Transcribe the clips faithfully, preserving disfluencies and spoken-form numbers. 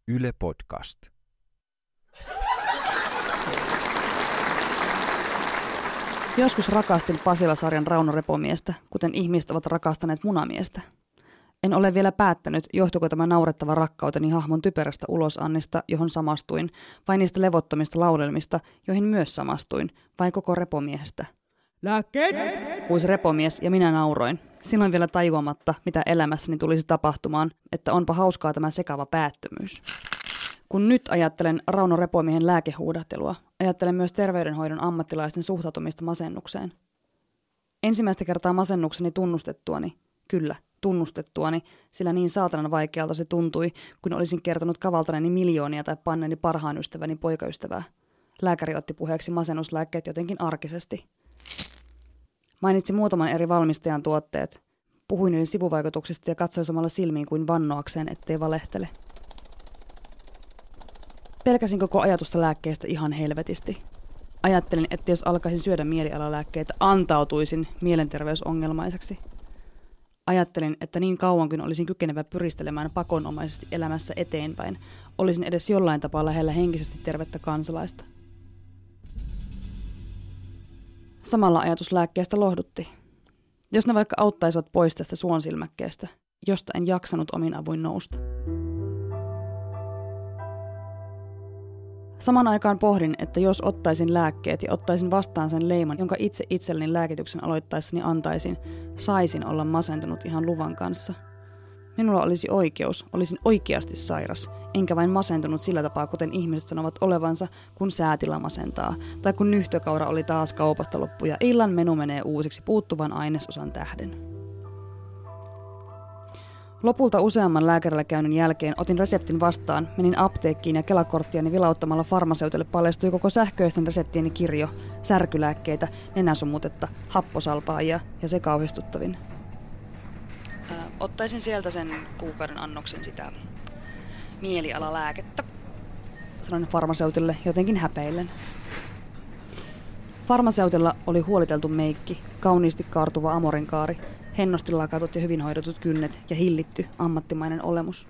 Yle Podcast. Joskus rakastin Pasila-sarjan Rauno Repomiestä, kuten ihmiset ovat rakastaneet Munamiestä. En ole vielä päättänyt, johtuiko tämä naurettava rakkauteni hahmon typerästä ulosannista, johon samastuin, vai niistä levottomista laudelmista, joihin myös samastuin, vai koko Repomiehestä. Lääkkeet! Huusi Repomies ja minä nauroin, silloin vielä tajuamatta, mitä elämässäni tulisi tapahtumaan, että onpa hauskaa tämä sekava päättömyys. Kun nyt ajattelen Rauno Repomiehen lääkehuudattelua, ajattelen myös terveydenhoidon ammattilaisten suhtautumista masennukseen. Ensimmäistä kertaa masennukseni tunnustettuani, kyllä, tunnustettuani, sillä niin saatanan vaikealta se tuntui, kun olisin kertonut kavaltaneeni miljoonia tai panneeni parhaan ystäväni poikaystävää. Lääkäri otti puheeksi masennuslääkkeet jotenkin arkisesti. Mainitsi muutaman eri valmistajan tuotteet. Puhuin niiden sivuvaikutuksista ja katsoi samalla silmiin kuin vannoakseen, ettei valehtele. Pelkäsin koko ajatusta lääkkeestä ihan helvetisti. Ajattelin, että jos alkaisin syödä mielialalääkkeitä, antautuisin mielenterveysongelmaiseksi. Ajattelin, että niin kauan kuin olisin kykenevä pyristelemään pakonomaisesti elämässä eteenpäin, olisin edes jollain tapaa lähellä henkisesti tervettä kansalaista. Samalla ajatus lääkkeestä lohdutti. Jos ne vaikka auttaisivat pois tästä suonsilmäkkeestä, josta en jaksanut omin avuin nousta. Saman aikaan pohdin, että jos ottaisin lääkkeet ja ottaisin vastaan sen leiman, jonka itse itselleni lääkityksen aloittaessani antaisin, saisin olla masentunut ihan luvan kanssa. Minulla olisi oikeus, olisin oikeasti sairas, enkä vain masentunut sillä tapaa, kuten ihmiset sanovat olevansa, kun säätila masentaa, tai kun nyhtökaura oli taas kaupasta loppu ja illan menu menee uusiksi puuttuvan ainesosan tähden. Lopulta useamman lääkärillä käynnin jälkeen otin reseptin vastaan, menin apteekkiin ja kelakorttiani vilauttamalla farmaseutille paljastui koko sähköisten reseptieni kirjo, särkylääkkeitä, nenäsumutetta, happosalpaajia ja se kauhistuttavin. Ö, ottaisin sieltä sen kuukauden annoksen sitä mielialalääkettä, sanoin farmaseutille jotenkin häpeillen. Farmaseutilla oli huoliteltu meikki, kauniisti kaartuva amorinkaari, hennosti lakatut ja hyvin hoidetut kynnet ja hillitty, ammattimainen olemus.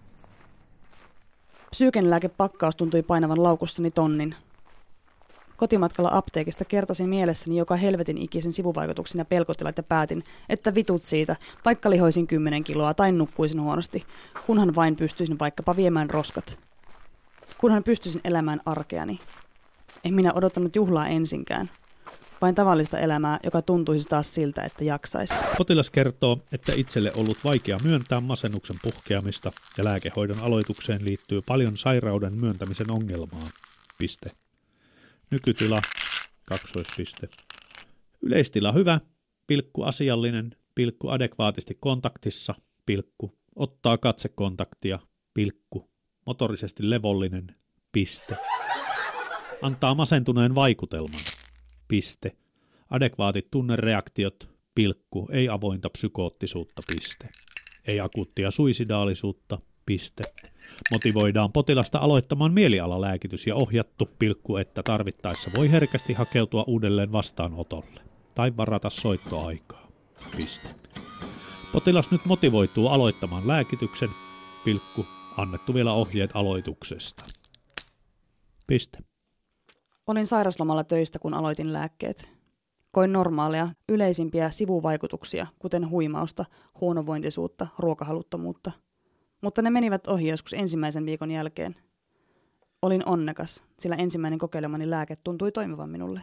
Psyykenlääkepakkaus tuntui painavan laukussani tonnin. Kotimatkalla apteekista kertasin mielessäni joka helvetin ikisen sivuvaikutuksin ja pelkotilat ja päätin, että vitut siitä, vaikka lihoisin kymmenen kiloa tai nukkuisin huonosti, kunhan vain pystyisin vaikkapa viemään roskat. Kunhan pystyisin elämään arkeani. En minä odottanut juhlaa ensinkään. Vain tavallista elämää, joka tuntuisi taas siltä, että jaksaisi. Potilas kertoo, että itselle ollut vaikea myöntää masennuksen puhkeamista ja lääkehoidon aloitukseen liittyy paljon sairauden myöntämisen ongelmaa. Piste. Nykytila, kaksoispiste. Yleistila hyvä, pilkku asiallinen, pilkku adekvaatisti kontaktissa, pilkku ottaa katsekontaktia, pilkku motorisesti levollinen, piste. Antaa masentuneen vaikutelman. Piste. Adekvaatit tunnereaktiot, pilkku, ei avointa psykoottisuutta, piste. Ei akuuttia suisidaalisuutta, piste. Motivoidaan potilasta aloittamaan mielialalääkitys ja ohjattu, pilkku, että tarvittaessa voi herkästi hakeutua uudelleen vastaanotolle tai varata soittoaikaa, piste. Potilas nyt motivoituu aloittamaan lääkityksen, pilkku, annettu vielä ohjeet aloituksesta, piste. Olin sairaslomalla töistä, kun aloitin lääkkeet. Koin normaaleja, yleisimpiä sivuvaikutuksia, kuten huimausta, huonovointisuutta, ruokahaluttomuutta. Mutta ne menivät ohi joskus ensimmäisen viikon jälkeen. Olin onnekas, sillä ensimmäinen kokeilemani lääke tuntui toimivan minulle.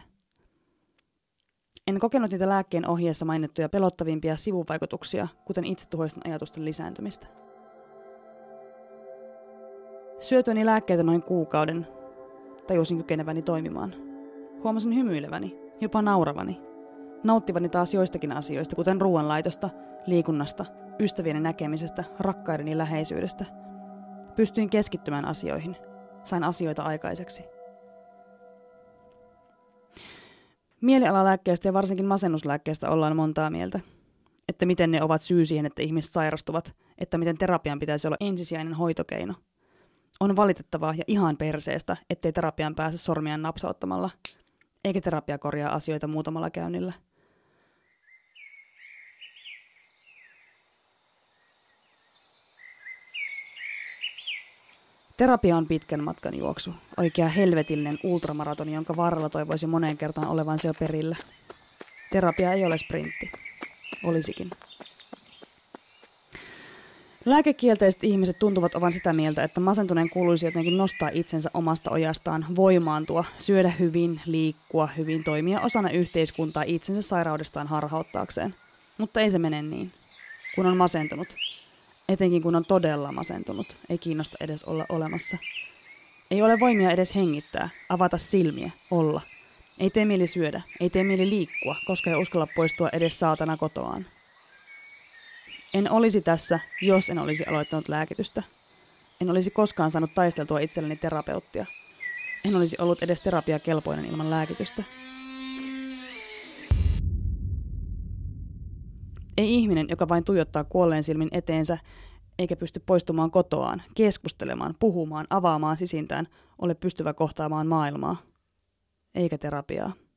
En kokenut niitä lääkkeen ohjeessa mainittuja pelottavimpia sivuvaikutuksia, kuten itsetuhoisten ajatusten lisääntymistä. Syötyäni lääkkeitä noin kuukauden, tajusin kykeneväni toimimaan. Huomasin hymyileväni, jopa nauravani. Nauttivani taas joistakin asioista, kuten ruoanlaitosta, liikunnasta, ystävieni näkemisestä, rakkaideni läheisyydestä. Pystyin keskittymään asioihin. Sain asioita aikaiseksi. Mielialalääkkeestä ja varsinkin masennuslääkkeestä ollaan montaa mieltä. Että miten ne ovat syy siihen, että ihmiset sairastuvat, että miten terapian pitäisi olla ensisijainen hoitokeino. On valitettavaa ja ihan perseestä, ettei terapiaan pääse sormiaan napsauttamalla, eikä terapia korjaa asioita muutamalla käynnillä. Terapia on pitkän matkan juoksu, oikea helvetillinen ultramaratoni, jonka varrella toivoisi moneen kertaan olevansa jo perillä. Terapia ei ole sprintti. Olisikin. Lääkekielteiset ihmiset tuntuvat olevan sitä mieltä, että masentuneen kuuluisi jotenkin nostaa itsensä omasta ojastaan, voimaantua, syödä hyvin, liikkua hyvin, toimia osana yhteiskuntaa itsensä sairaudestaan harhauttaakseen. Mutta ei se mene niin. Kun on masentunut, etenkin kun on todella masentunut, ei kiinnosta edes olla olemassa. Ei ole voimia edes hengittää, avata silmiä, olla. Ei tee mieli syödä, ei tee mieli liikkua, koska ei uskalla poistua edes saatana kotoaan. En olisi tässä, jos en olisi aloittanut lääkitystä. En olisi koskaan saanut taisteltua itselleni terapeuttia. En olisi ollut edes terapiakelpoinen ilman lääkitystä. Ei ihminen, joka vain tuijottaa kuolleen silmin eteensä, eikä pysty poistumaan kotoaan, keskustelemaan, puhumaan, avaamaan sisintään, ole pystyvä kohtaamaan maailmaa. Eikä terapiaa.